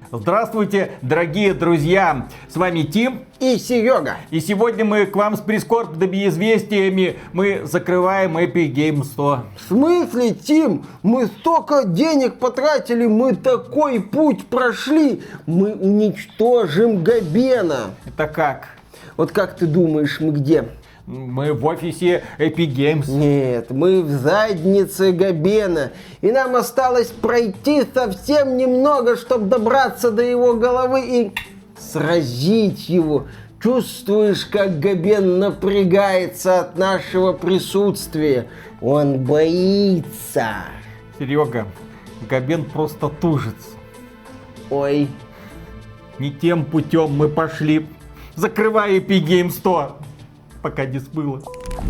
Здравствуйте, дорогие друзья! С вами Тим и Серега. И сегодня мы к вам с прискорбными известиями. Мы закрываем Epic Games 100. В смысле, Тим? Мы столько денег потратили, мы такой путь прошли. Мы уничтожим Габена. Это как? Вот как ты думаешь, мы где? Мы в офисе Epic Games. Нет, мы в заднице Габена. И нам осталось пройти совсем немного, чтобы добраться до его головы и сразить его. Чувствуешь, как Габен напрягается от нашего присутствия? Он боится. Серега, Габен просто тужится. Ой. Не тем путем мы пошли. Закрывай Epic Games 100. Пока не смыло.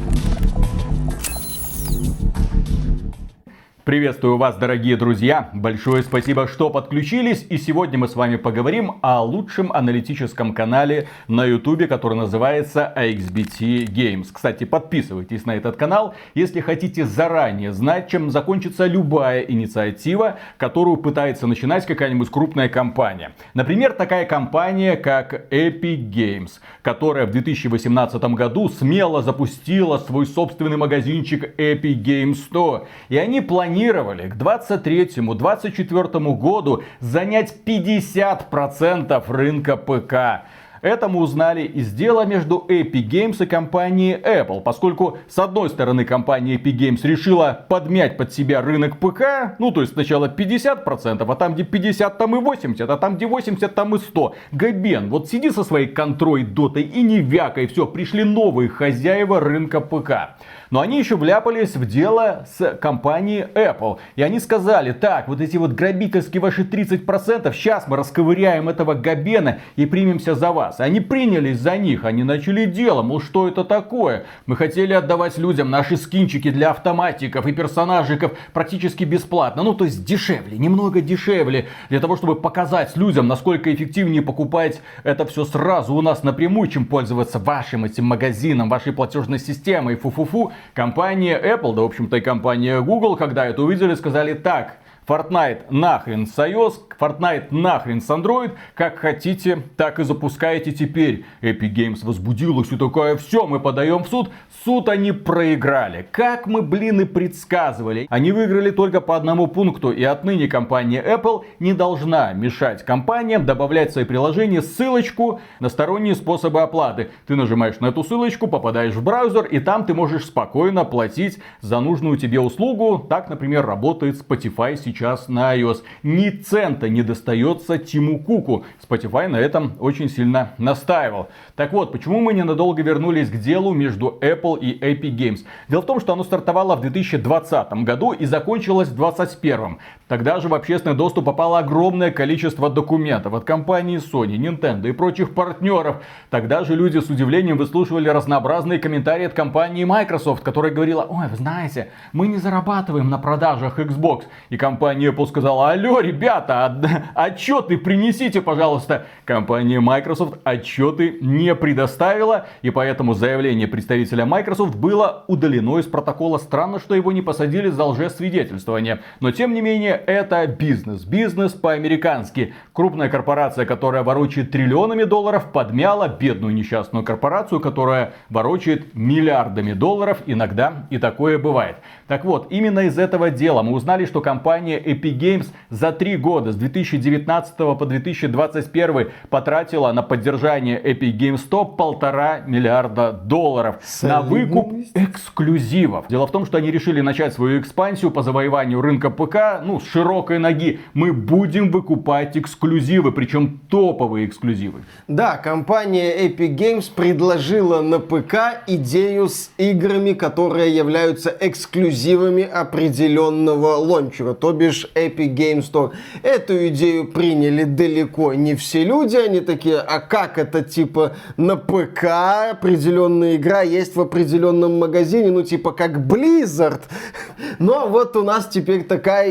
Приветствую вас, дорогие друзья. Большое спасибо, что подключились. И сегодня мы с вами поговорим о лучшем аналитическом канале на YouTube, который называется AXBT Games. Кстати, подписывайтесь на этот канал, если хотите заранее знать, чем закончится любая инициатива, которую пытается начинать какая-нибудь крупная компания. Например, такая компания, как Epic Games, которая в 2018 году смело запустила свой собственный магазинчик Epic Games 100. И они планировали к 2023-2024 году занять 50% рынка ПК. Это мы узнали из дела между Epic Games и компанией Apple, поскольку с одной стороны компания Epic Games решила подмять под себя рынок ПК, ну то есть сначала 50%, а там где 50, там и 80, а там где 80, там и 100. Габен, вот сиди со своей контрой дотой и не вякай, все, пришли новые хозяева рынка ПК. Но они еще вляпались в дело с компанией Apple. И они сказали, так, вот эти вот грабительские ваши 30%, сейчас мы расковыряем этого Габена и примемся за вас. Они принялись за них, они начали дело, мол, что это такое? Мы хотели отдавать людям наши скинчики для автоматиков и персонажиков практически бесплатно. Ну, то есть дешевле, немного дешевле. Для того, чтобы показать людям, насколько эффективнее покупать это все сразу у нас напрямую, чем пользоваться вашим этим магазином, вашей платежной системой, фу-фу-фу. Компания Apple, да в общем-то и компания Google, когда это увидели, сказали так: Fortnite нахрен с iOS, Fortnite нахрен с Android, как хотите, так и запускаете теперь. Epic Games возбудилась и такая, все, мы подаем в суд. Суд они проиграли. Как мы, и предсказывали. Они выиграли только по одному пункту, и отныне компания Apple не должна мешать компаниям добавлять в свои приложения ссылочку на сторонние способы оплаты. Ты нажимаешь на эту ссылочку, попадаешь в браузер, и там ты можешь спокойно платить за нужную тебе услугу. Так, например, работает Spotify сейчас на iOS. Ни цента не достается Тиму Куку. Spotify на этом очень сильно настаивал. Так вот, почему мы ненадолго вернулись к делу между Apple и Epic Games? Дело в том, что оно стартовало в 2020 году и закончилось в 2021. Тогда же в общественный доступ попало огромное количество документов от компании Sony, Nintendo и прочих партнеров. Тогда же люди с удивлением выслушивали разнообразные комментарии от компании Microsoft, которая говорила, ой, вы знаете, мы не зарабатываем на продажах Xbox. И компания Apple сказала, алло, ребята, отчеты принесите, пожалуйста. Компания Microsoft отчеты не предоставила, и поэтому заявление представителя Microsoft было удалено из протокола. Странно, что его не посадили за лжесвидетельствование. Но тем не менее, это бизнес. Бизнес по-американски. Крупная корпорация, которая ворочает триллионами долларов, подмяла бедную несчастную корпорацию, которая ворочает миллиардами долларов. Иногда и такое бывает. Так вот, именно из этого дела мы узнали, что компания Epic Games за 3 года, с 2019 по 2021, потратила на поддержание Epic Games 100 $1,5 миллиарда долларов на выкуп эксклюзивов. Дело в том, что они решили начать свою экспансию по завоеванию рынка ПК, ну, с широкой ноги. Мы будем выкупать эксклюзивы, причем топовые эксклюзивы. Да, компания Epic Games предложила на ПК идею с играми, которые являются эксклюзивами определенного лончера, то бишь Epic Games Store. Эту идею приняли далеко не все люди, они такие, а как это, типа, на ПК определенная игра есть в определенном магазине, ну, типа, как Blizzard. Но вот у нас теперь такая еще система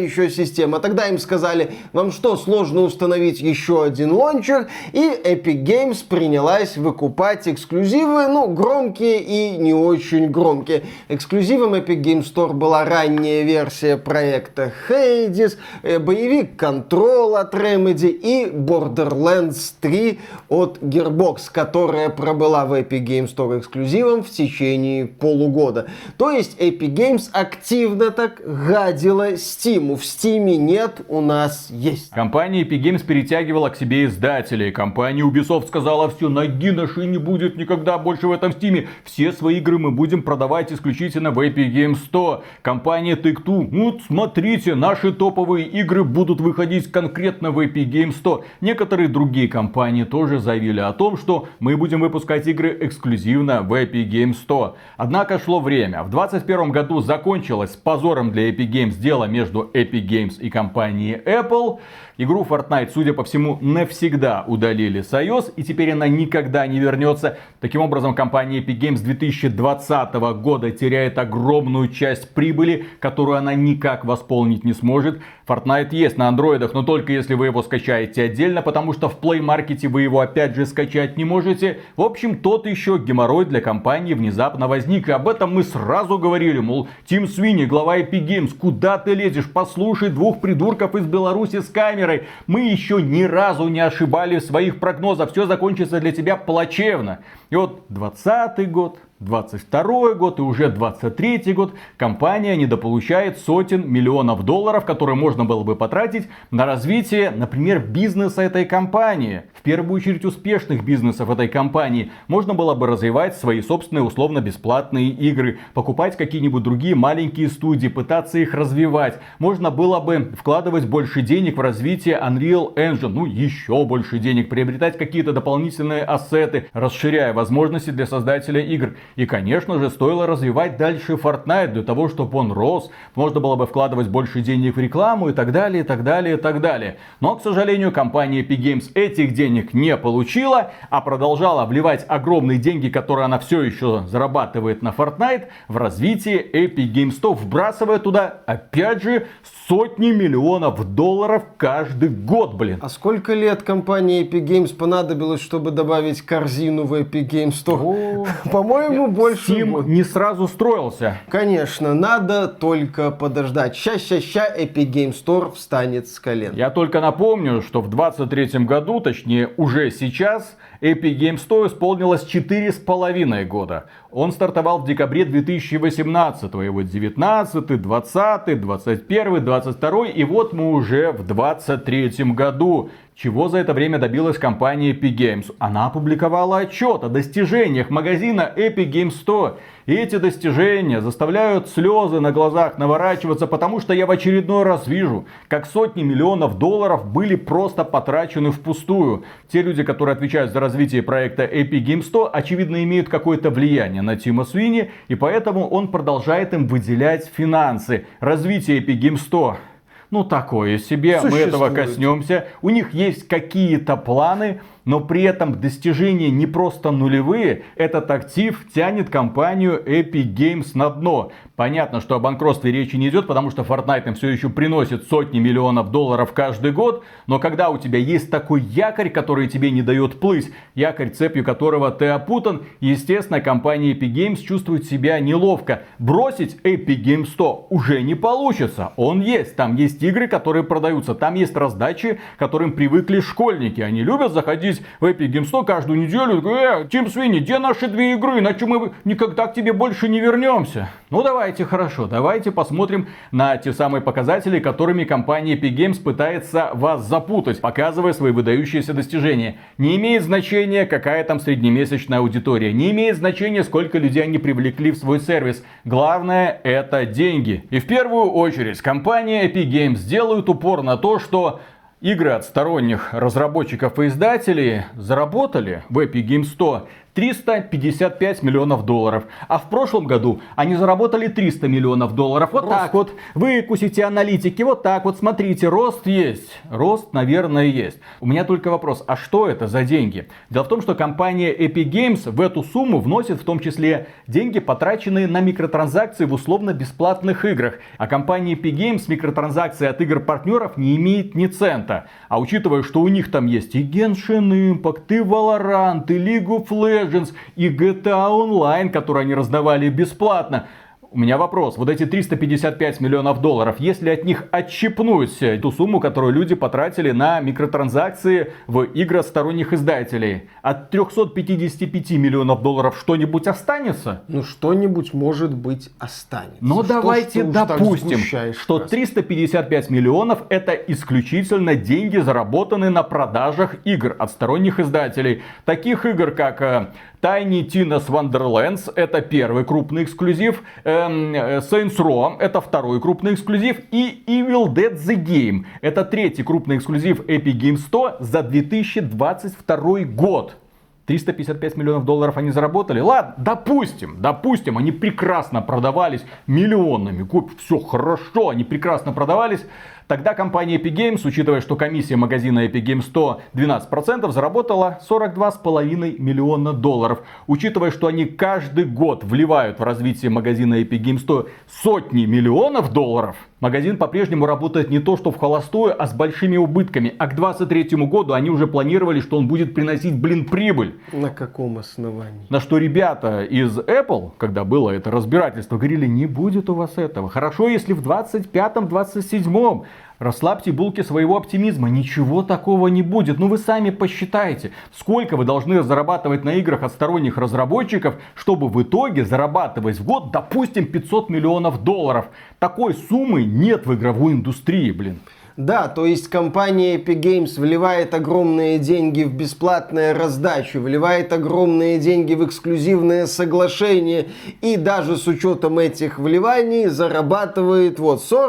система. Тогда им сказали, вам что, сложно установить еще один лончер? И Epic Games принялась выкупать эксклюзивы, громкие и не очень громкие. Эксклюзивом Epic Games Store была ранняя версия проекта Hades, боевик Control от Remedy и Borderlands 3 от Gearbox, которая пробыла в Epic Games Store эксклюзивом в течение полугода. То есть Epic Games активно так гадила Steam. В Steam нет, у нас есть. Компания Epic Games перетягивала к себе издателей. Компания Ubisoft сказала, все, ноги нашей не будет никогда больше в этом Steam. Все свои игры мы будем продавать исключительно в Epic Games Store. Компания Take-Two, вот смотрите, наши топовые игры будут выходить конкретно в Epic Games Store. Некоторые другие компании тоже заявили о том, что мы будем выпускать игры эксклюзивно в Epic Games Store. Однако шло время. В 2021 году закончилось с позором для Epic Games дело между Epic Games и компанией Apple. Игру Fortnite, судя по всему, навсегда удалили с iOS, и теперь она никогда не вернется. Таким образом, компания Epic Games 2020 года теряет огромную часть прибыли, которую она никак восполнить не сможет. Fortnite есть на андроидах, но только если вы его скачаете отдельно, потому что в Play Market вы его опять же скачать не можете. В общем, тот еще геморрой для компании внезапно возник. И об этом мы сразу говорили, мол, Тим Свини, глава Epic Games, куда ты лезешь? Послушай двух придурков из Беларуси с камерой. Мы еще ни разу не ошибались в своих прогнозах. Все закончится для тебя плачевно. И вот 2020 год, 22 год и уже 23 год компания недополучает сотен миллионов долларов, которые можно было бы потратить на развитие, например, бизнеса этой компании. В первую очередь успешных бизнесов этой компании. Можно было бы развивать свои собственные условно-бесплатные игры, покупать какие-нибудь другие маленькие студии, пытаться их развивать. Можно было бы вкладывать больше денег в развитие Unreal Engine, еще больше денег, приобретать какие-то дополнительные ассеты, расширяя возможности для создателя игр. И, конечно же, стоило развивать дальше Fortnite для того, чтобы он рос. Можно было бы вкладывать больше денег в рекламу и так далее, и так далее, и так далее. Но, к сожалению, компания Epic Games этих денег не получила, а продолжала вливать огромные деньги, которые она все еще зарабатывает на Fortnite, в развитие Epic Games Store, вбрасывая туда, опять же, сотни миллионов долларов каждый год, блин. А сколько лет компании Epic Games понадобилось, чтобы добавить корзину в Epic Games Store? По-моему, больше. Steam не сразу строился. Конечно, надо только подождать. Ща Epic Games Store встанет с колен. Я только напомню, что в 23 году, точнее уже сейчас, Epic Games Store исполнилось 4,5 года. Он стартовал в декабре 2018, и вот 19, 20, 21, 22, и вот мы уже в 23 году. Чего за это время добилась компания Epic Games? Она опубликовала отчет о достижениях магазина Epic Games Store. И эти достижения заставляют слезы на глазах наворачиваться, потому что я в очередной раз вижу, как сотни миллионов долларов были просто потрачены впустую. Те люди, которые отвечают за развитие проекта Epic Games Store, очевидно имеют какое-то влияние на Тима Свини, и поэтому он продолжает им выделять финансы. Развитие Epic Games Store. Такое себе, мы этого коснемся. У них есть какие-то планы, но при этом достижения не просто нулевые. Этот актив тянет компанию Epic Games на дно. Понятно, что о банкротстве речи не идет, потому что Fortnite им все еще приносит сотни миллионов долларов каждый год. Но когда у тебя есть такой якорь, который тебе не дает плыть, якорь, цепью которого ты опутан, естественно, компания Epic Games чувствует себя неловко. Бросить Epic Games Store уже не получится. Он есть. Там есть игры, которые продаются. Там есть раздачи, к которым привыкли школьники. Они любят заходить в Epic Games Store каждую неделю. Тим Свини, где наши 2 игры? Иначе мы никогда к тебе больше не вернемся. Давайте, хорошо. Давайте посмотрим на те самые показатели, которыми компания Epic Games пытается вас запутать, показывая свои выдающиеся достижения. Не имеет значения, какая там среднемесячная аудитория. Не имеет значения, сколько людей они привлекли в свой сервис. Главное, это деньги. И в первую очередь компания Epic Games делает упор на то, что игры от сторонних разработчиков и издателей заработали в Epic Games Store 355 миллионов долларов. А в прошлом году они заработали 300 миллионов долларов. Вот так вот. Выкусите, аналитики, вот так вот. Смотрите, рост есть. Рост, наверное, есть. У меня только вопрос, а что это за деньги? Дело в том, что компания Epic Games в эту сумму вносит в том числе деньги, потраченные на микротранзакции в условно-бесплатных играх. А компания Epic Games микротранзакции от игр партнеров не имеет ни цента. А учитывая, что у них там есть и Genshin Impact, и Valorant, и League of Legends, и GTA Online, который они раздавали бесплатно. У меня вопрос. Вот эти 355 миллионов долларов, если от них отщипнуть ту сумму, которую люди потратили на микротранзакции в игры сторонних издателей, от 355 миллионов долларов что-нибудь останется? Ну, что-нибудь, может быть, останется. Но давайте допустим, что 355 миллионов это исключительно деньги, заработанные на продажах игр от сторонних издателей. Таких игр, как Tiny Tina's Wonderlands, это первый крупный эксклюзив, Saints Row, это второй крупный эксклюзив, и Evil Dead The Game, это третий крупный эксклюзив Epic Games 100 за 2022 год. 355 миллионов долларов они заработали. Ладно, допустим, они прекрасно продавались миллионами копий. Все хорошо, они прекрасно продавались. Тогда компания Epic Games, учитывая, что комиссия магазина Epic Games 100 12%, заработала 42,5 миллиона долларов. Учитывая, что они каждый год вливают в развитие магазина Epic Games 100 сотни миллионов долларов, магазин по-прежнему работает не то что в холостую, а с большими убытками. А к 2023 году они уже планировали, что он будет приносить, прибыль. На каком основании? На что ребята из Apple, когда было это разбирательство, говорили, не будет у вас этого. Хорошо, если в 25-27 расслабьте булки своего оптимизма. Ничего такого не будет. Ну вы сами посчитайте, сколько вы должны зарабатывать на играх от сторонних разработчиков, чтобы в итоге зарабатывать в год, допустим, 500 миллионов долларов. Такой суммы нет в игровой индустрии, Да, то есть компания Epic Games вливает огромные деньги в бесплатную раздачу, вливает огромные деньги в эксклюзивные соглашения и даже с учетом этих вливаний зарабатывает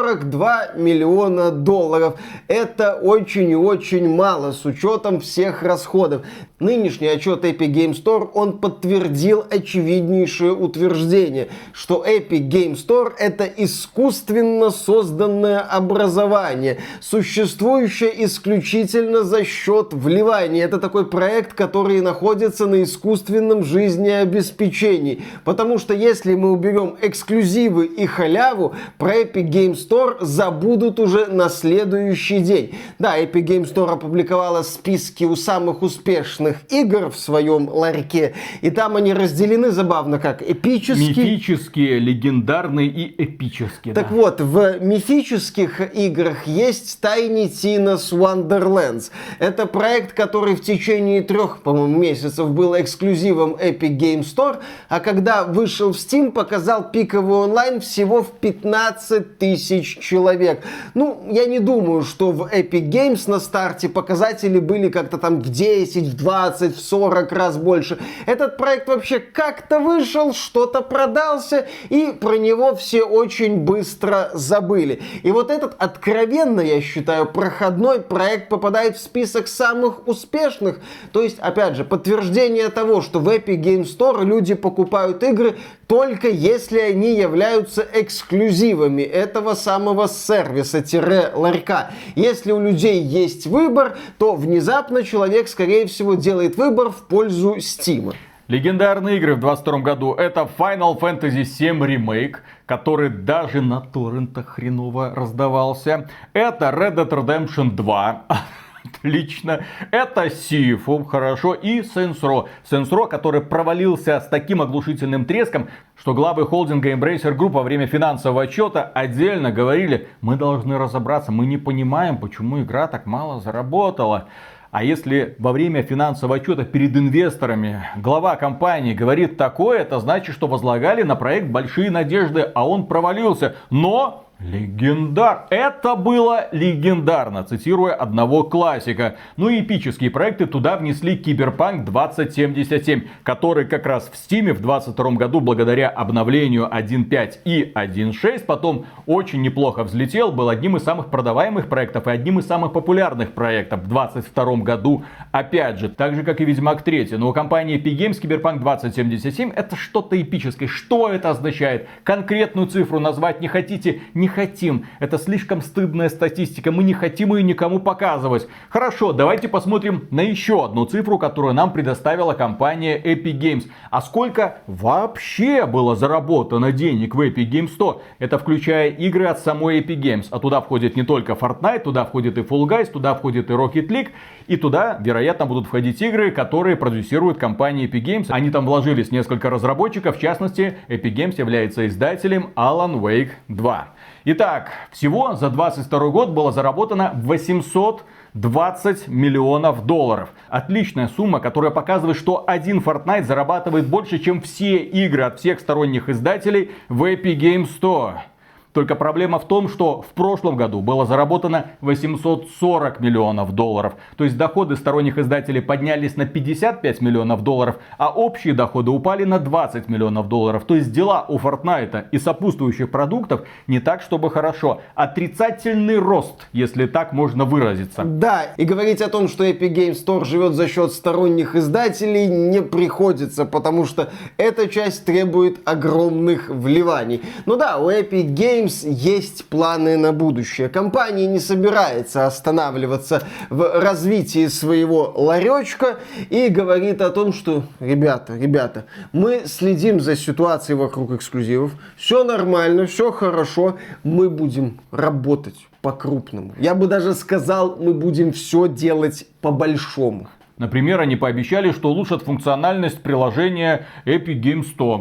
42 миллиона долларов. Это очень и очень мало с учетом всех расходов. Нынешний отчет Epic Games Store, он подтвердил очевиднейшее утверждение, что Epic Games Store это искусственно созданное образование, существующее исключительно за счет вливания. Это такой проект, который находится на искусственном жизнеобеспечении. Потому что если мы уберем эксклюзивы и халяву, про Epic Games Store забудут уже на следующий день. Да, Epic Games Store опубликовала списки у самых успешных игр в своем ларьке, и там они разделены забавно как эпические, мифические, легендарные и эпические. Так вот, в мифических играх есть Tiny Tina's Wonderlands. Это проект, который в течение 3, по-моему, месяцев был эксклюзивом Epic Games Store, а когда вышел в Steam, показал пиковый онлайн всего в 15 тысяч человек. Ну, я не думаю, что в Epic Games на старте показатели были как-то там в 10, в 20, в 40 раз больше. Этот проект вообще как-то вышел, что-то продался, и про него все очень быстро забыли. И вот этот откровенно, я считаю, проходной проект попадает в список самых успешных. То есть, опять же, подтверждение того, что в Epic Games Store люди покупают игры только если они являются эксклюзивами этого самого сервиса-ларька. Если у людей есть выбор, то внезапно человек, скорее всего, делает выбор в пользу Steam. Легендарные игры в 2022 году это Final Fantasy VII Remake, который даже на торрентах хреново раздавался. Это Red Dead Redemption 2. Отлично. Это Sifu, хорошо. И Saints Row. Saints Row, который провалился с таким оглушительным треском, что главы холдинга Embracer Group во время финансового отчета отдельно говорили, мы должны разобраться, мы не понимаем, почему игра так мало заработала. А если во время финансового отчета перед инвесторами глава компании говорит такое, это значит, что возлагали на проект большие надежды, а он провалился. Но Легендар. Это было легендарно, цитируя одного классика. Ну и эпические проекты туда внесли Cyberpunk 2077, который как раз в Steam в 2022 году благодаря обновлению 1.5 и 1.6 потом очень неплохо взлетел, был одним из самых продаваемых проектов и одним из самых популярных проектов в 2022 году. Опять же, так же как и Ведьмак 3. Но у компании Epic Games Cyberpunk 2077 это что-то эпическое. Что это означает? Конкретную цифру назвать не хотите? Не хотим. Это слишком стыдная статистика. Мы не хотим ее никому показывать. Хорошо, давайте посмотрим на еще одну цифру, которую нам предоставила компания Epic Games. А сколько вообще было заработано денег в Epic Games Store? Это включая игры от самой Epic Games. А туда входит не только Fortnite, туда входит и Fall Guys, туда входит и Rocket League. И туда, вероятно, будут входить игры, которые продюсирует компания Epic Games. Они там вложились несколько разработчиков. В частности, Epic Games является издателем Alan Wake 2. Итак, всего за 2022 год было заработано 820 миллионов долларов. Отличная сумма, которая показывает, что один Fortnite зарабатывает больше, чем все игры от всех сторонних издателей в Epic Games Store. Только проблема в том, что в прошлом году было заработано 840 миллионов долларов. То есть доходы сторонних издателей поднялись на 55 миллионов долларов, а общие доходы упали на 20 миллионов долларов. То есть дела у Fortnite и сопутствующих продуктов не так, чтобы хорошо. Отрицательный рост, если так можно выразиться. Да, и говорить о том, что Epic Games Store живет за счет сторонних издателей, не приходится, потому что эта часть требует огромных вливаний. Ну да, у Epic Games есть планы на будущее. Компания не собирается останавливаться в развитии своего ларечка и говорит о том, что ребята, мы следим за ситуацией вокруг эксклюзивов. Все нормально, все хорошо. Мы будем работать по-крупному. Я бы даже сказал, мы будем все делать по-большому. Например, они пообещали, что улучшат функциональность приложения Epic Games Store.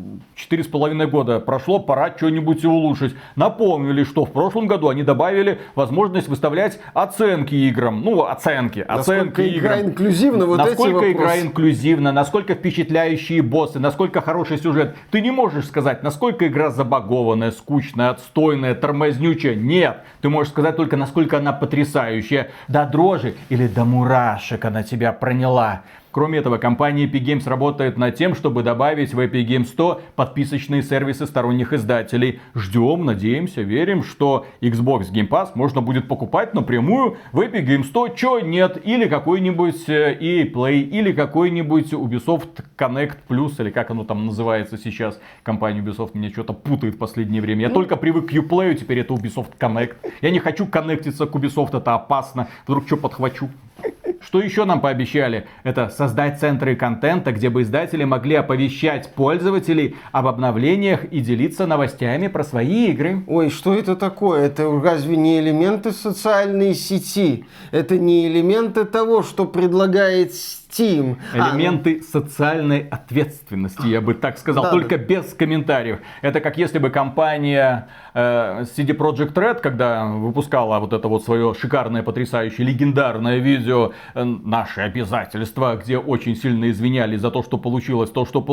4,5 года прошло, пора что-нибудь и улучшить. Напомнили, что в прошлом году они добавили возможность выставлять оценки играм. Ну, оценки насколько игра играм. Инклюзивна, вот насколько эти игра вопросы. Инклюзивна, насколько впечатляющие боссы, насколько хороший сюжет. Ты не можешь сказать, насколько игра забагованная, скучная, отстойная, тормознючая. Нет, ты можешь сказать только, насколько она потрясающая. До дрожи или до мурашек она тебя проняла. Кроме этого, компания Epic Games работает над тем, чтобы добавить в Epic Games 100 подписочные сервисы сторонних издателей. Ждем, надеемся, верим, что Xbox Game Pass можно будет покупать напрямую в Epic Games 100. Чё нет? Или какой-нибудь EA Play, или какой-нибудь Ubisoft Connect Plus, или как оно там называется сейчас. Компания Ubisoft меня что-то путает в последнее время. Я только привык к Uplay, теперь это Ubisoft Connect. Я не хочу коннектиться к Ubisoft, это опасно. Вдруг что подхвачу. Что еще нам пообещали? Это создать центры контента, где бы издатели могли оповещать пользователей об обновлениях и делиться новостями про свои игры. Ой, что это такое? Это разве не элементы социальной сети? Это не элементы того, что предлагает Steam. Элементы социальной ответственности, я бы так сказал, только без комментариев. Это как если бы компания CD Projekt Red, когда выпускала вот это вот свое шикарное, потрясающее, легендарное видео «Наши обязательства», где очень сильно извинялись за то, что получилось,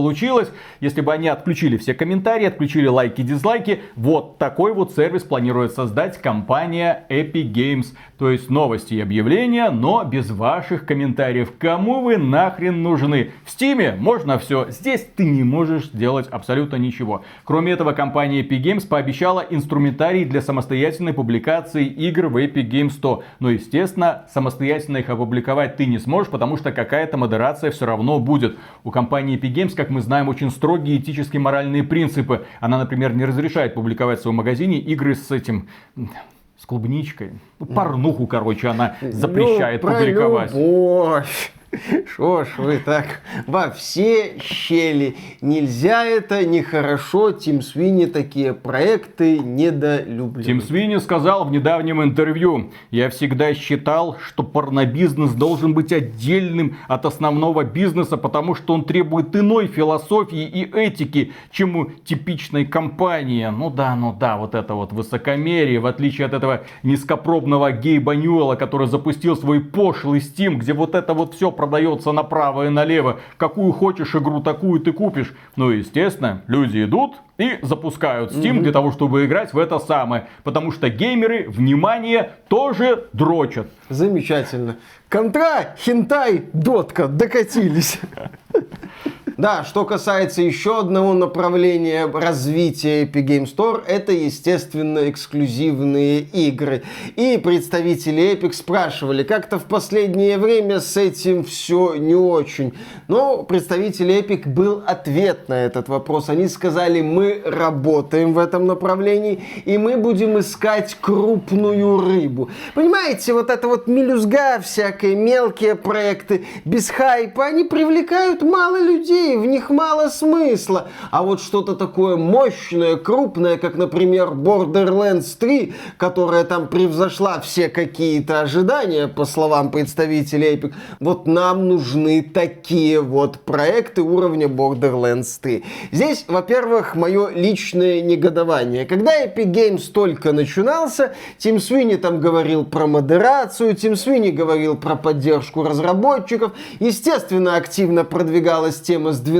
если бы они отключили все комментарии, отключили лайки, дизлайки, вот такой вот сервис планирует создать компания Epic Games. То есть новости и объявления, но без ваших комментариев. Кому вы нахрен нужны? В Steam можно все, здесь ты не можешь делать абсолютно ничего. Кроме этого, компания Epic Games пообещала инструментарий для самостоятельной публикации игр в Epic Games 100. Но, естественно, самостоятельно их опубликовать ты не сможешь, потому что какая-то модерация все равно будет. У компании Epic Games, как мы знаем, очень строгие этические моральные принципы. Она, например, не разрешает публиковать в своем магазине игры с этим... с клубничкой. Порнуху, короче, она запрещает публиковать. Любовь. Шо ж вы так во все щели. Нельзя это, нехорошо. Тим Свини такие проекты недолюбливает. Тим Свини сказал в недавнем интервью: «Я всегда считал, что порнобизнес должен быть отдельным от основного бизнеса, потому что он требует иной философии и этики, чем у типичной компании». Ну да, вот это вот высокомерие, в отличие от этого низкопробного Гейба Ньюэлла, который запустил свой пошлый Steam, где вот это вот все продается направо и налево. Какую хочешь игру, такую ты купишь. Ну и естественно, люди идут и запускают Steam для того, чтобы играть в это самое. Потому что геймеры, внимание, тоже дрочат. Замечательно. Контра, хентай, дотка докатились. Да, что касается еще одного направления развития Epic Games Store, это, естественно, эксклюзивные игры. И представители Epic спрашивали, как-то в последнее время с этим все не очень. Но представители Epic был ответ на этот вопрос. Они сказали, мы работаем в этом направлении, и мы будем искать крупную рыбу. Понимаете, вот это вот мелюзга, всякие мелкие проекты без хайпа, они привлекают мало людей, в них мало смысла. А вот что-то такое мощное, крупное, как, например, Borderlands 3, которая там превзошла все какие-то ожидания, по словам представителей Epic, вот нам нужны такие вот проекты уровня Borderlands 3. Здесь, во-первых, мое личное негодование. Когда Epic Games только начинался, Тим Свини там говорил про модерацию, Тим Свини говорил про поддержку разработчиков, естественно, активно продвигалась тема с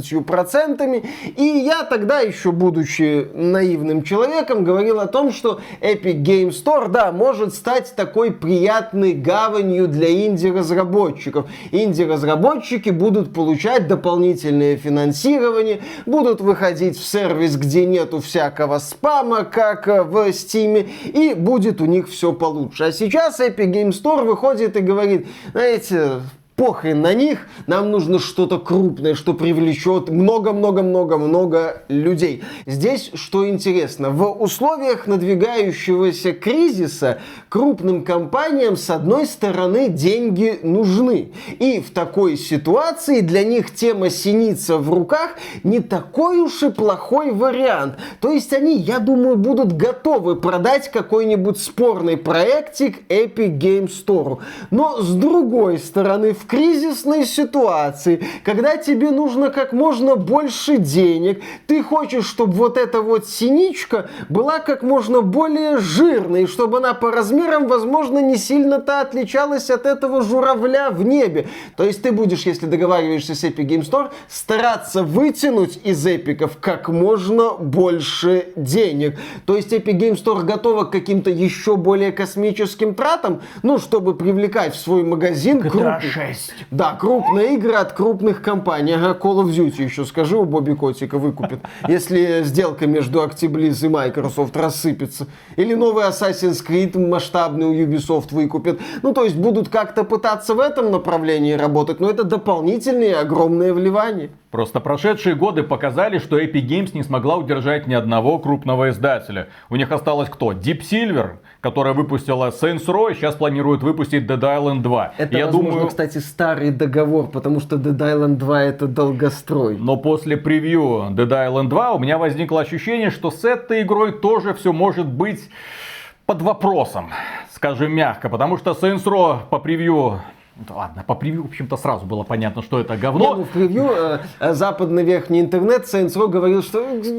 12%, и я тогда, еще будучи наивным человеком, говорил о том, что Epic Games Store, да, может стать такой приятной гаванью для инди-разработчиков. Инди-разработчики будут получать дополнительное финансирование, будут выходить в сервис, где нету всякого спама, как в Steam, и будет у них все получше. А сейчас Epic Games Store выходит и говорит, знаете, похрен на них, нам нужно что-то крупное, что привлечет много-много-много-много людей. Здесь что интересно, в условиях надвигающегося кризиса крупным компаниям с одной стороны деньги нужны. И в такой ситуации для них тема синица в руках не такой уж и плохой вариант. То есть они, я думаю, будут готовы продать какой-нибудь спорный проектик Epic Games Store. Но с другой стороны, в кризисной ситуации, когда тебе нужно как можно больше денег, ты хочешь, чтобы вот эта вот синичка была как можно более жирной, чтобы она по размерам, возможно, не сильно-то отличалась от этого журавля в небе. То есть ты будешь, если договариваешься с Epic Games Store, стараться вытянуть из эпиков как можно больше денег. То есть Epic Games Store готова к каким-то еще более космическим тратам, ну, чтобы привлекать в свой магазин GTA 6. Да, крупные игры от крупных компаний. Ага, Call of Duty еще скажи, у Бобби Котика выкупит. Если сделка между Activision и Microsoft рассыпется. Или новый Assassin's Creed масштабный у Ubisoft выкупит. Ну, то есть будут как-то пытаться в этом направлении работать, но это дополнительные огромные вливания. Просто прошедшие годы показали, что Epic Games не смогла удержать ни одного крупного издателя. У них осталось кто? Deep Silver, которая выпустила Saints Row, и сейчас планирует выпустить Dead Island 2. Это, возможно, кстати, старый договор, потому что Dead Island 2 это долгострой. Но после превью Dead Island 2 у меня возникло ощущение, что с этой игрой тоже все может быть под вопросом, скажем мягко. Потому что Saints Row по превью... Да ладно, по превью, в общем-то, сразу было понятно, что это говно. Не, ну в превью западный верхний интернет Saints Row говорил, что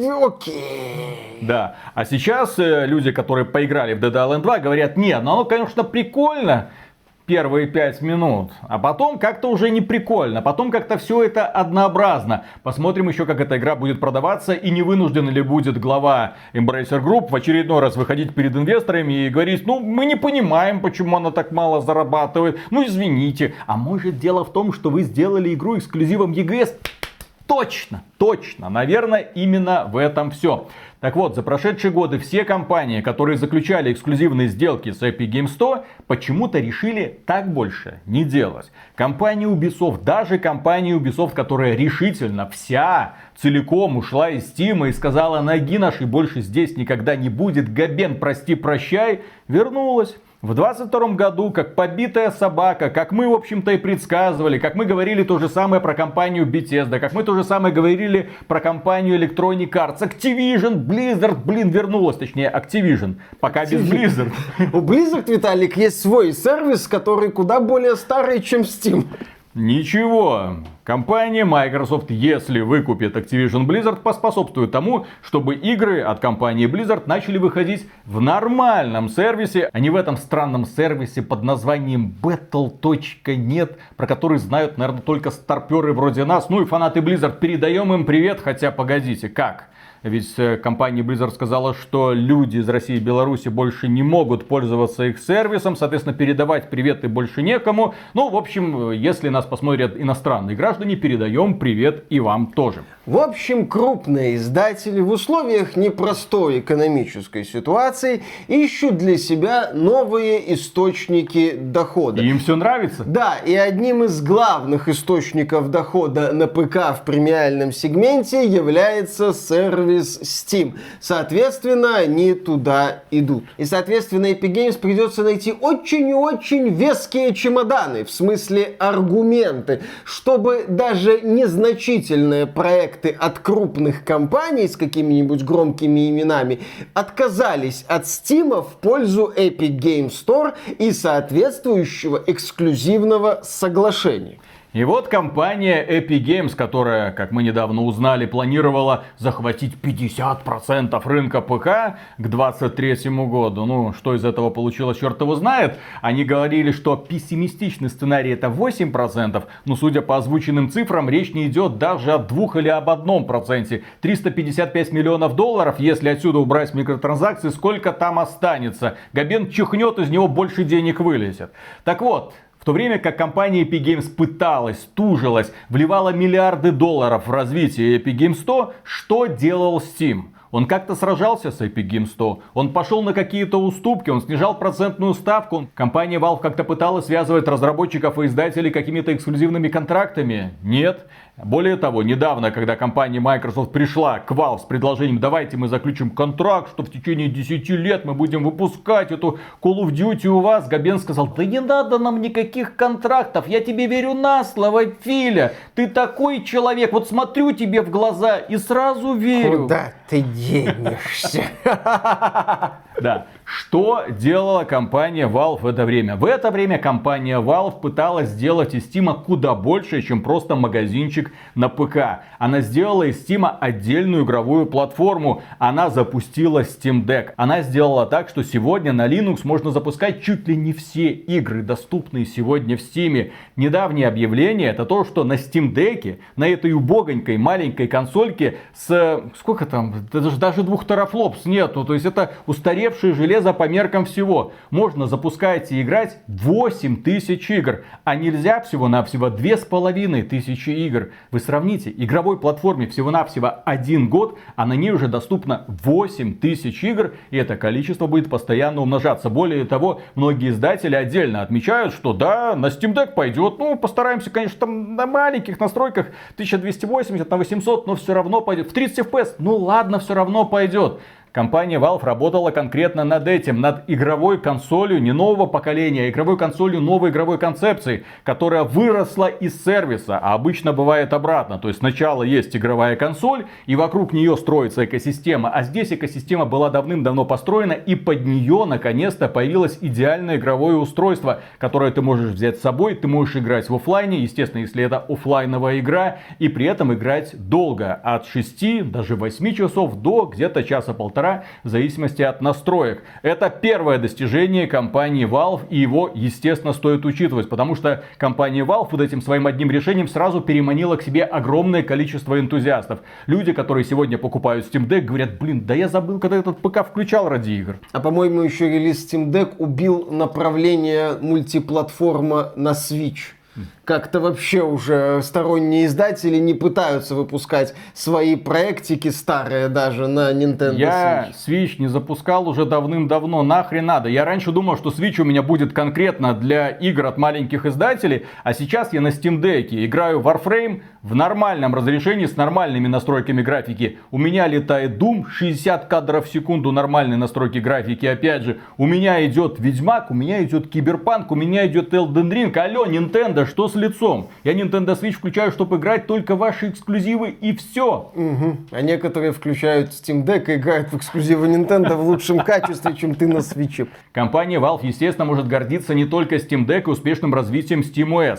окей. Да, а сейчас люди, которые поиграли в Dead Island 2, говорят, нет, ну оно, конечно, прикольно первые 5 минут, а потом как-то уже не прикольно, потом как-то все это однообразно. Посмотрим еще, как эта игра будет продаваться, и не вынужден ли будет глава Embracer Group в очередной раз выходить перед инвесторами и говорить, ну, мы не понимаем, почему она так мало зарабатывает, ну, извините. А может, дело в том, что вы сделали игру эксклюзивом EGS? Точно, точно, наверное, именно в этом все. Так вот, за прошедшие годы все компании, которые заключали эксклюзивные сделки с Epic Games Store, почему-то решили так больше не делать. Компания Ubisoft, даже компания Ubisoft, которая решительно вся целиком ушла из Steam и сказала, ноги нашей больше здесь никогда не будет, Габен, прости, прощай, вернулась. В 22 году, как побитая собака, как мы, в общем-то, и предсказывали, как мы говорили то же самое про компанию Bethesda, как мы то же самое говорили про компанию Electronic Arts, Activision, Blizzard, вернулась, точнее, Activision, пока без Blizzard. У Blizzard, Виталик, есть свой сервис, который куда более старый, чем Steam. Ничего. Компания Microsoft, если выкупит Activision Blizzard, поспособствует тому, чтобы игры от компании Blizzard начали выходить в нормальном сервисе, а не в этом странном сервисе под названием Battle.net, про который знают, наверное, только старперы вроде нас. Ну и фанаты Blizzard, передаем им привет, хотя погодите, как? Ведь компания Blizzard сказала, что люди из России и Беларуси больше не могут пользоваться их сервисом, соответственно, передавать приветы больше некому. Ну, в общем, если нас посмотрят иностранные граждане, передаем привет и вам тоже. В общем, крупные издатели в условиях непростой экономической ситуации ищут для себя новые источники дохода. И им все нравится? Да, и одним из главных источников дохода на ПК в премиальном сегменте является сервис Steam. Соответственно, они туда идут. И, соответственно, Epic Games придется найти очень и очень веские чемоданы, в смысле аргументы, чтобы даже незначительные проекты от крупных компаний с какими-нибудь громкими именами отказались от Steam в пользу Epic Games Store и соответствующего эксклюзивного соглашения. И вот компания Epic Games, которая, как мы недавно узнали, планировала захватить 50% рынка ПК к 2023 году. Ну, что из этого получилось, черт его знает. Они говорили, что пессимистичный сценарий это 8%, но судя по озвученным цифрам, речь не идет даже о 2 или об 1%. 355 миллионов долларов, если отсюда убрать микротранзакции, сколько там останется? Габен чихнет, из него больше денег вылезет. Так вот, в то время как компания Epic Games пыталась, тужилась, вливала миллиарды долларов в развитие Epic Games 100, что делал Steam? Он как-то сражался с Epic Games 100, он пошел на какие-то уступки, он снижал процентную ставку. Компания Valve как-то пыталась связывать разработчиков и издателей какими-то эксклюзивными контрактами? Нет. Более того, недавно, когда компания Microsoft пришла к Valve с предложением, давайте мы заключим контракт, что в течение 10 лет мы будем выпускать эту Call of Duty у вас, Габен сказал, да не надо нам никаких контрактов, я тебе верю на слово, Филя, ты такой человек, вот смотрю тебе в глаза и сразу верю. Куда ты денешься? Да. Что делала компания Valve в это время? В это время компания Valve пыталась сделать из Steam куда больше, чем просто магазинчик на ПК. Она сделала из Steam отдельную игровую платформу. Она запустила Steam Deck. Она сделала так, что сегодня на Linux можно запускать чуть ли не все игры, доступные сегодня в Steam. Недавнее объявление это то, что на Steam Deck, на этой убогонькой маленькой консольке с... Сколько там? Даже 2 терафлопс нету. То есть это устаревшее железо по меркам всего. Можно запускать и играть 8000 игр, а нельзя всего-навсего 2500 игр. Вы сравните, игровой платформе всего-навсего 1 год, а на ней уже доступно 8000 игр, и это количество будет постоянно умножаться. Более того, многие издатели отдельно отмечают, что да, на Steam Deck пойдет, ну постараемся, конечно, там на маленьких настройках 1280 на 800, но все равно пойдет. В 30 FPS, ну ладно, все равно пойдет. Компания Valve работала конкретно над этим, над игровой консолью не нового поколения, а игровой консолью новой игровой концепции, которая выросла из сервиса, а обычно бывает обратно. То есть сначала есть игровая консоль, и вокруг нее строится экосистема, а здесь экосистема была давным-давно построена, и под нее наконец-то появилось идеальное игровое устройство, которое ты можешь взять с собой, ты можешь играть в офлайне, естественно, если это офлайновая игра, и при этом играть долго, от 6, даже 8 часов до где-то часа-полтора, в зависимости от настроек. Это первое достижение компании Valve, и его, естественно, стоит учитывать, потому что компания Valve вот этим своим одним решением сразу переманила к себе огромное количество энтузиастов. Люди, которые сегодня покупают Steam Deck, говорят, блин, да я забыл, когда этот ПК включал ради игр. А по-моему, еще релиз Steam Deck убил направление мультиплатформа на Switch. Как-то вообще уже сторонние издатели не пытаются выпускать свои проектики старые даже на Nintendo Switch. Я Switch не запускал уже давным-давно, нахрен надо. Я раньше думал, что Switch у меня будет конкретно для игр от маленьких издателей, а сейчас я на Steam Deck играю в Warframe в нормальном разрешении с нормальными настройками графики. У меня летает Doom, 60 кадров в секунду, нормальные настройки графики. Опять же, у меня идет Ведьмак, у меня идет Киберпанк, у меня идет Elden Ring. Алло, Nintendo, что с лицом? Я Nintendo Switch включаю, чтобы играть только ваши эксклюзивы и все. Угу. А некоторые включают Steam Deck и играют в эксклюзивы Nintendo в лучшем качестве, чем ты на Switch. Компания Valve, естественно, может гордиться не только Steam Deck и успешным развитием SteamOS.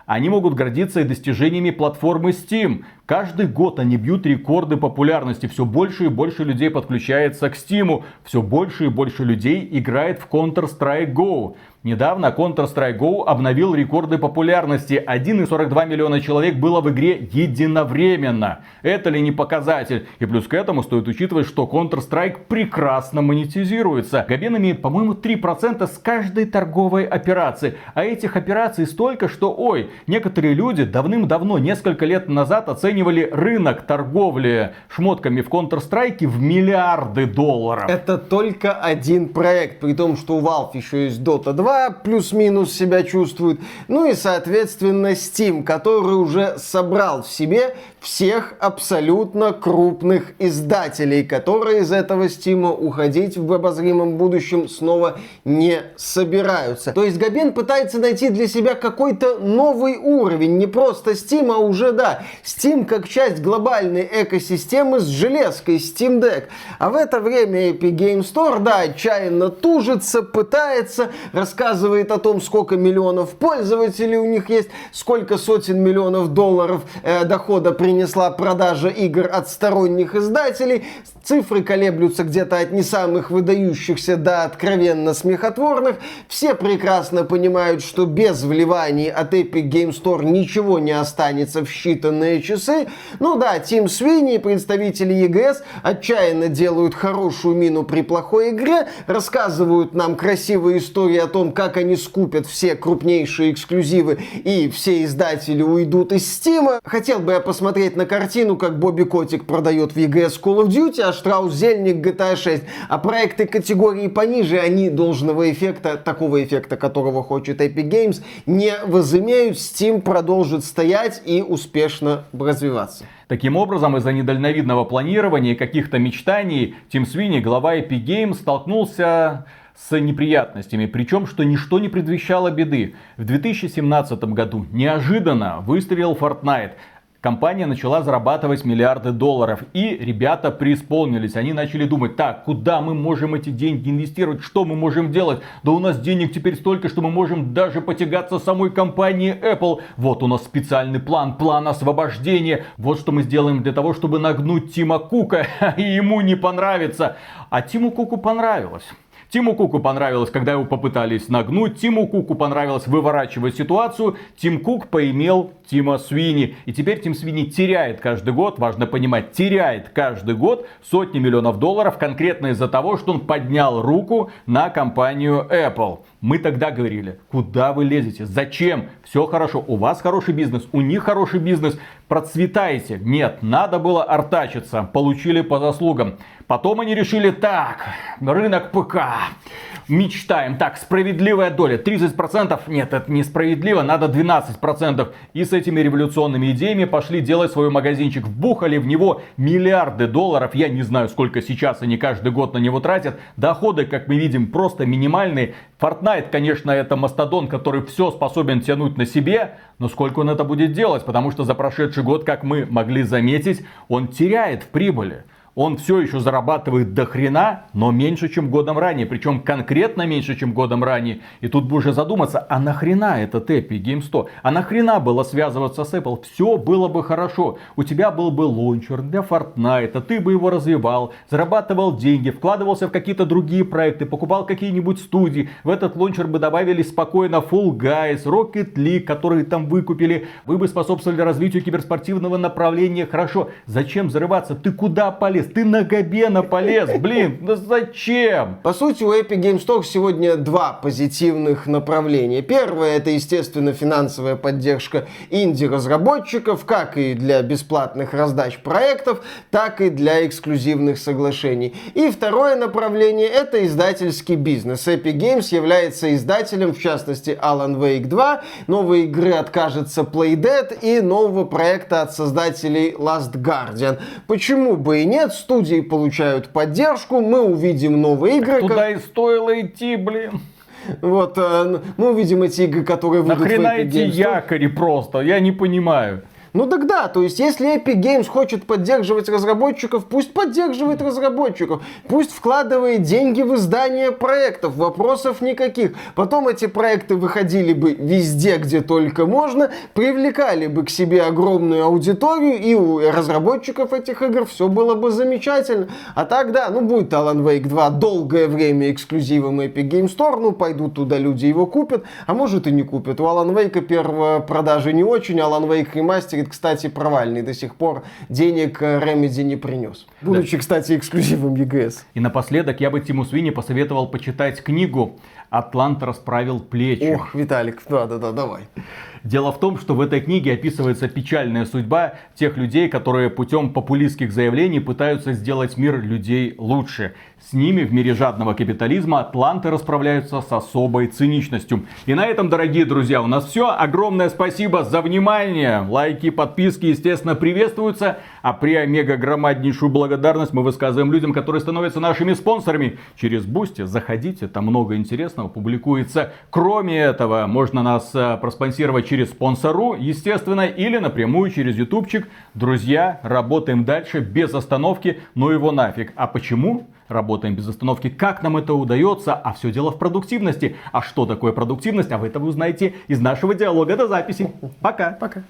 Они могут гордиться и достижениями платформы Steam. Каждый год они бьют рекорды популярности. Все больше и больше людей подключается к Steam. Все больше и больше людей играет в Counter-Strike Go. Недавно Counter-Strike Go обновил рекорды популярности. 1,42 миллиона человек было в игре единовременно. Это ли не показатель? И плюс к этому стоит учитывать, что Counter-Strike прекрасно монетизируется. Габен имеет, по-моему, 3% с каждой торговой операции. А этих операций столько, что, некоторые люди давным-давно, несколько лет назад, оценивали рынок торговли шмотками в Counter-Strike в миллиарды долларов. Это только один проект, при том, что у Valve еще есть Dota 2, плюс-минус себя чувствует. Ну и, соответственно, Steam, который уже собрал в себе всех абсолютно крупных издателей, которые из этого Steam уходить в обозримом будущем снова не собираются. То есть Габен пытается найти для себя какой-то новый уровень, не просто Steam, а уже, Steam как часть глобальной экосистемы с железкой Steam Deck. А в это время Epic Games Store, отчаянно тужится, пытается, рассказывает о том, сколько миллионов пользователей у них есть, сколько сотен миллионов долларов дохода принесла продажа игр от сторонних издателей. Цифры колеблются где-то от не самых выдающихся до откровенно смехотворных. Все прекрасно понимают, что без вливаний от Epic Games Store ничего не останется в считанные часы. Тим Свини и представители EGS отчаянно делают хорошую мину при плохой игре, рассказывают нам красивые истории о том, как они скупят все крупнейшие эксклюзивы и все издатели уйдут из Steam. Хотел бы я посмотреть на картину, как Бобби Котик продает в EGS Call of Duty, а Штраус Зельник GTA 6. А проекты категории пониже, они должного эффекта, такого эффекта, которого хочет Epic Games, не возымеют. Steam продолжит стоять и успешно развиваться. Таким образом, из-за недальновидного планирования и каких-то мечтаний, Тим Свини, глава Epic Games, столкнулся с неприятностями, причем, что ничто не предвещало беды. В 2017 году неожиданно выстрелил Fortnite. Компания начала зарабатывать миллиарды долларов, и ребята преисполнились. Они начали думать, куда мы можем эти деньги инвестировать, что мы можем делать? Да у нас денег теперь столько, что мы можем даже потягаться самой компанией Apple. Вот у нас специальный план освобождения. Вот что мы сделаем для того, чтобы нагнуть Тима Кука, и ему не понравится. А Тиму Куку понравилось. Тиму Куку понравилось, когда его попытались нагнуть. Тиму Куку понравилось выворачивать ситуацию. Тим Кук поимел Тима Свини. И теперь Тим Свини теряет каждый год, важно понимать, теряет каждый год сотни миллионов долларов конкретно из-за того, что он поднял руку на компанию Apple. Мы тогда говорили, куда вы лезете, зачем? Все хорошо, у вас хороший бизнес, у них хороший бизнес, процветаете. Нет, надо было артачиться, получили по заслугам. Потом они решили, рынок ПК, мечтаем, справедливая доля, 30%, нет, это несправедливо, надо 12%. И с этими революционными идеями пошли делать свой магазинчик, вбухали в него миллиарды долларов, я не знаю, сколько сейчас они каждый год на него тратят. Доходы, как мы видим, просто минимальные. Fortnite, конечно, это мастодон, который все способен тянуть на себе, но сколько он это будет делать, потому что за прошедший год, как мы могли заметить, он теряет в прибыли. Он все еще зарабатывает до хрена, но меньше, чем годом ранее. Причем конкретно меньше, чем годом ранее. И тут бы уже задуматься, а нахрена этот Epic Games Store? А нахрена было связываться с Apple? Все было бы хорошо. У тебя был бы лончер для Fortnite, ты бы его развивал, зарабатывал деньги, вкладывался в какие-то другие проекты, покупал какие-нибудь студии. В этот лончер бы добавили спокойно Fall Guys, Rocket League, которые там выкупили. Вы бы способствовали развитию киберспортивного направления. Хорошо, зачем взрываться? Ты куда полез? Ты на Габена полез, зачем? По сути, у Epic Games Store сегодня два позитивных направления. Первое, это, естественно, финансовая поддержка инди-разработчиков, как и для бесплатных раздач проектов, так и для эксклюзивных соглашений. И второе направление, это издательский бизнес. Epic Games является издателем, в частности, Alan Wake 2, новой игры откажется Playdead и нового проекта от создателей Last Guardian. Почему бы и нет? Студии получают поддержку, мы увидим новые игры. Туда и стоило идти, мы увидим эти игры, которые выйдут в Epic Games Store. Нахрена эти якори просто? Я не понимаю. Ну тогда, то есть, если Epic Games хочет поддерживать разработчиков, пусть поддерживает разработчиков, пусть вкладывает деньги в издание проектов, вопросов никаких. Потом эти проекты выходили бы везде, где только можно, привлекали бы к себе огромную аудиторию, и у разработчиков этих игр все было бы замечательно. А тогда, ну будет Alan Wake 2 долгое время эксклюзивом Epic Games Store, ну пойдут туда люди его купят, а может и не купят. У Alan Wake первая продажи не очень, Alan Wake Remastered, кстати, провальный до сих пор, денег Remedy не принес. Будучи, кстати, эксклюзивом EGS. И напоследок я бы Тиму Свини посоветовал почитать книгу «Атлант расправил плечи». Ох, Виталик, да-да-да, давай. Дело в том, что в этой книге описывается печальная судьба тех людей, которые путем популистских заявлений пытаются сделать мир людей лучше. С ними в мире жадного капитализма атланты расправляются с особой циничностью. И на этом, дорогие друзья, у нас все. Огромное спасибо за внимание. Лайки, подписки, естественно, приветствуются. А при омега-громаднейшую благодарность мы высказываем людям, которые становятся нашими спонсорами. Через Boosty заходите, там много интересного публикуется. Кроме этого, можно нас проспонсировать через спонсору, естественно, или напрямую через ютубчик. Друзья, работаем дальше без остановки, но его нафиг. А почему? Работаем без остановки. Как нам это удается? А все дело в продуктивности. А что такое продуктивность? А вы это вы узнаете из нашего диалога до записи. Пока. Пока.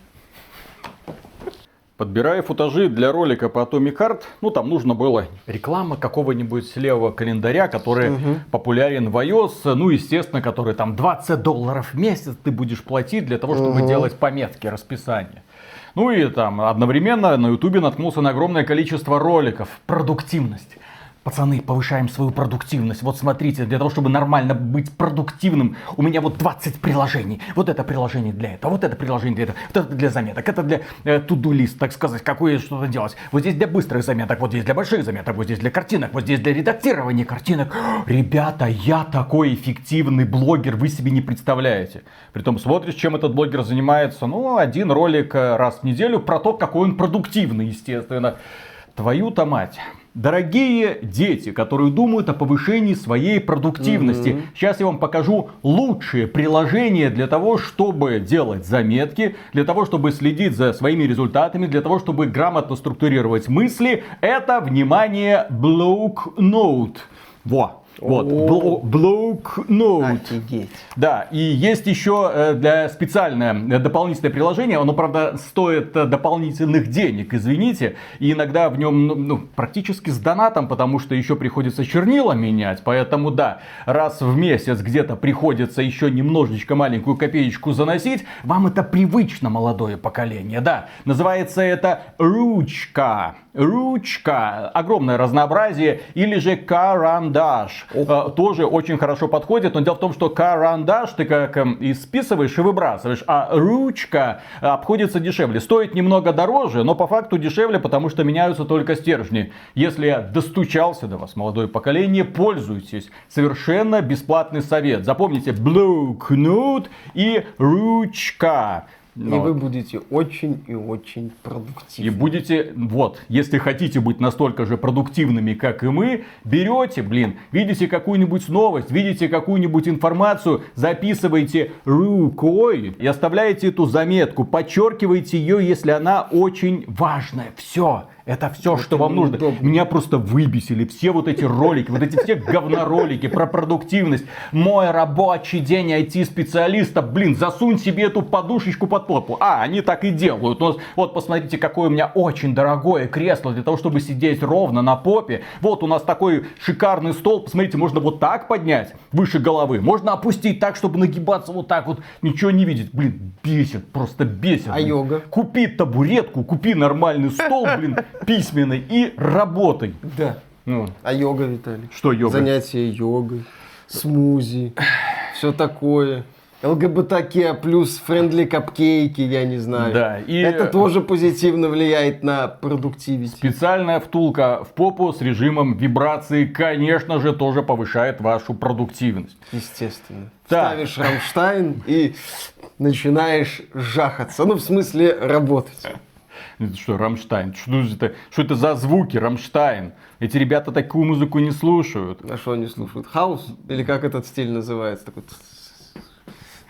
Подбирая футажи для ролика по Atomic Heart, ну там нужно было реклама какого-нибудь левого календаря, который популярен в iOS, ну естественно, который там $20 в месяц ты будешь платить для того, чтобы делать пометки, расписания. Ну и там одновременно на ютубе наткнулся на огромное количество роликов. Продуктивность. Пацаны, повышаем свою продуктивность. Вот смотрите, для того, чтобы нормально быть продуктивным, у меня вот 20 приложений. Вот это приложение для этого, вот это приложение для этого, вот это для заметок, это для to-do list, так сказать, какое что-то делать. Вот здесь для быстрых заметок, вот здесь для больших заметок, вот здесь для картинок, вот здесь для редактирования картинок. Ребята, я такой эффективный блогер, вы себе не представляете. Притом смотришь, чем этот блогер занимается. Ну, один ролик раз в неделю про то, какой он продуктивный, естественно. Твою-то мать. Дорогие дети, которые думают о повышении своей продуктивности. Сейчас я вам покажу лучшие приложения для того, чтобы делать заметки, для того, чтобы следить за своими результатами, для того, чтобы грамотно структурировать мысли. Это, внимание, Blocknote. Во. Вот, Blocknote. Офигеть. Да, и есть еще для специальное дополнительное приложение. Оно, правда, стоит дополнительных денег, извините. И иногда в нем практически с донатом, потому что еще приходится чернила менять. Поэтому да, раз в месяц где-то приходится еще немножечко маленькую копеечку заносить. Вам это привычно, молодое поколение, да. Называется это ручка. Ручка. Огромное разнообразие. Или же карандаш. Тоже очень хорошо подходит, но дело в том, что карандаш ты как и списываешь и выбрасываешь, а ручка обходится дешевле. Стоит немного дороже, но по факту дешевле, потому что меняются только стержни. Если я достучался до вас, молодое поколение, пользуйтесь. Совершенно бесплатный совет. Запомните, Blocknote и ручка. И вы будете очень и очень продуктивны. И будете, вот, если хотите быть настолько же продуктивными, как и мы, берете, видите какую-нибудь новость, видите какую-нибудь информацию, записываете рукой и оставляете эту заметку, подчеркиваете ее, если она очень важная. Все. Это все, что вам нужно. Меня просто выбесили все вот эти ролики, вот эти все говноролики про продуктивность. Мой рабочий день IT-специалиста, засунь себе эту подушечку под попу. Они так и делают. Вот посмотрите, какое у меня очень дорогое кресло для того, чтобы сидеть ровно на попе. Вот у нас такой шикарный стол. Посмотрите, можно вот так поднять выше головы. Можно опустить так, чтобы нагибаться вот так вот, ничего не видеть. Бесит, просто бесит. А йога? Купи табуретку, купи нормальный стол, письменный и работай. Да. А йога, Виталий? Что йога? Занятия йогой, смузи, все такое. ЛГБТК плюс френдли капкейки, я не знаю. Да, и это тоже позитивно влияет на продуктивность. Специальная втулка в попу с режимом вибрации, конечно же, тоже повышает вашу продуктивность. Естественно. Так. Ставишь Рамштайн и начинаешь жахаться. В смысле работать. Это что, Рамштайн? Что это за звуки, Рамштайн? Эти ребята такую музыку не слушают. А что они слушают? Хаус? Или как этот стиль называется? Такой...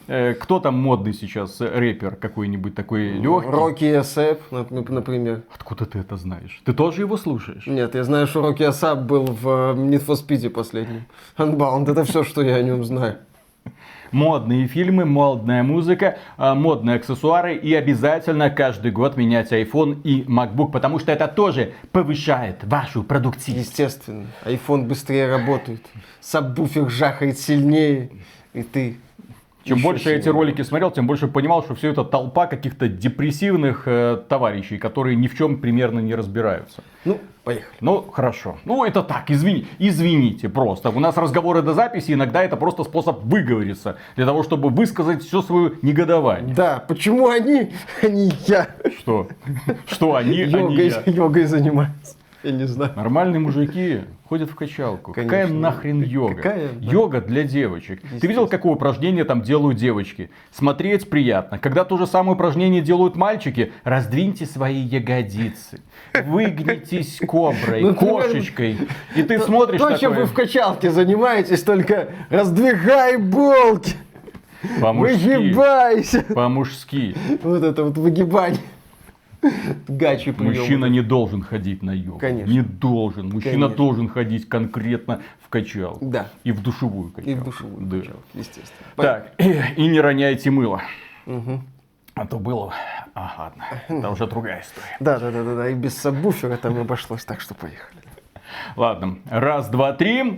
Кто там модный сейчас рэпер какой-нибудь такой легкий? Рокки Асап, например. Откуда ты это знаешь? Ты тоже его слушаешь? Нет, я знаю, что Рокки Асап был в Need for Speed последнем. Unbound, это все, что я о нем знаю. Модные фильмы, модная музыка, модные аксессуары и обязательно каждый год менять iPhone и MacBook, потому что это тоже повышает вашу продуктивность. Естественно, iPhone быстрее работает, сабвуфер жахает сильнее, и ты... Чем еще больше я эти сильнее. ролики смотрел, тем больше понимал, что все это толпа каких-то депрессивных товарищей, которые ни в чем примерно не разбираются. Ну, поехали. Ну, хорошо. Ну, это так, извините просто. У нас разговоры до записи, иногда это просто способ выговориться, для того, чтобы высказать все свое негодование. Да, почему они, а не я? Что? Что они, а не я? Йогой занимаются. Я не знаю. Нормальные мужики ходят в качалку. Какая Конечно. нахрен йога? Какая, да. Йога для девочек. Ты видел, какое упражнение там делают девочки? Смотреть приятно. Когда то же самое упражнение делают мальчики, раздвиньте свои ягодицы. Выгнитесь коброй, Ну, кошечкой. И ты смотришь То, чем такое, вы в качалке занимаетесь, только раздвигай булки, по-мужски. выгибайся. По-мужски. Вот это вот выгибание. Гачи приемы. Мужчина не должен ходить на йогу. Конечно. Не должен. Мужчина Конечно. должен ходить конкретно в качалку. Да. И в душевую качалку. И в душевую Да. качалку, естественно. Так, и не роняйте мыло. Мгм. А то было... ладно. Это уже другая история. Да. И без сабвуфера там обошлось, так что поехали. Ладно. Раз, два, три.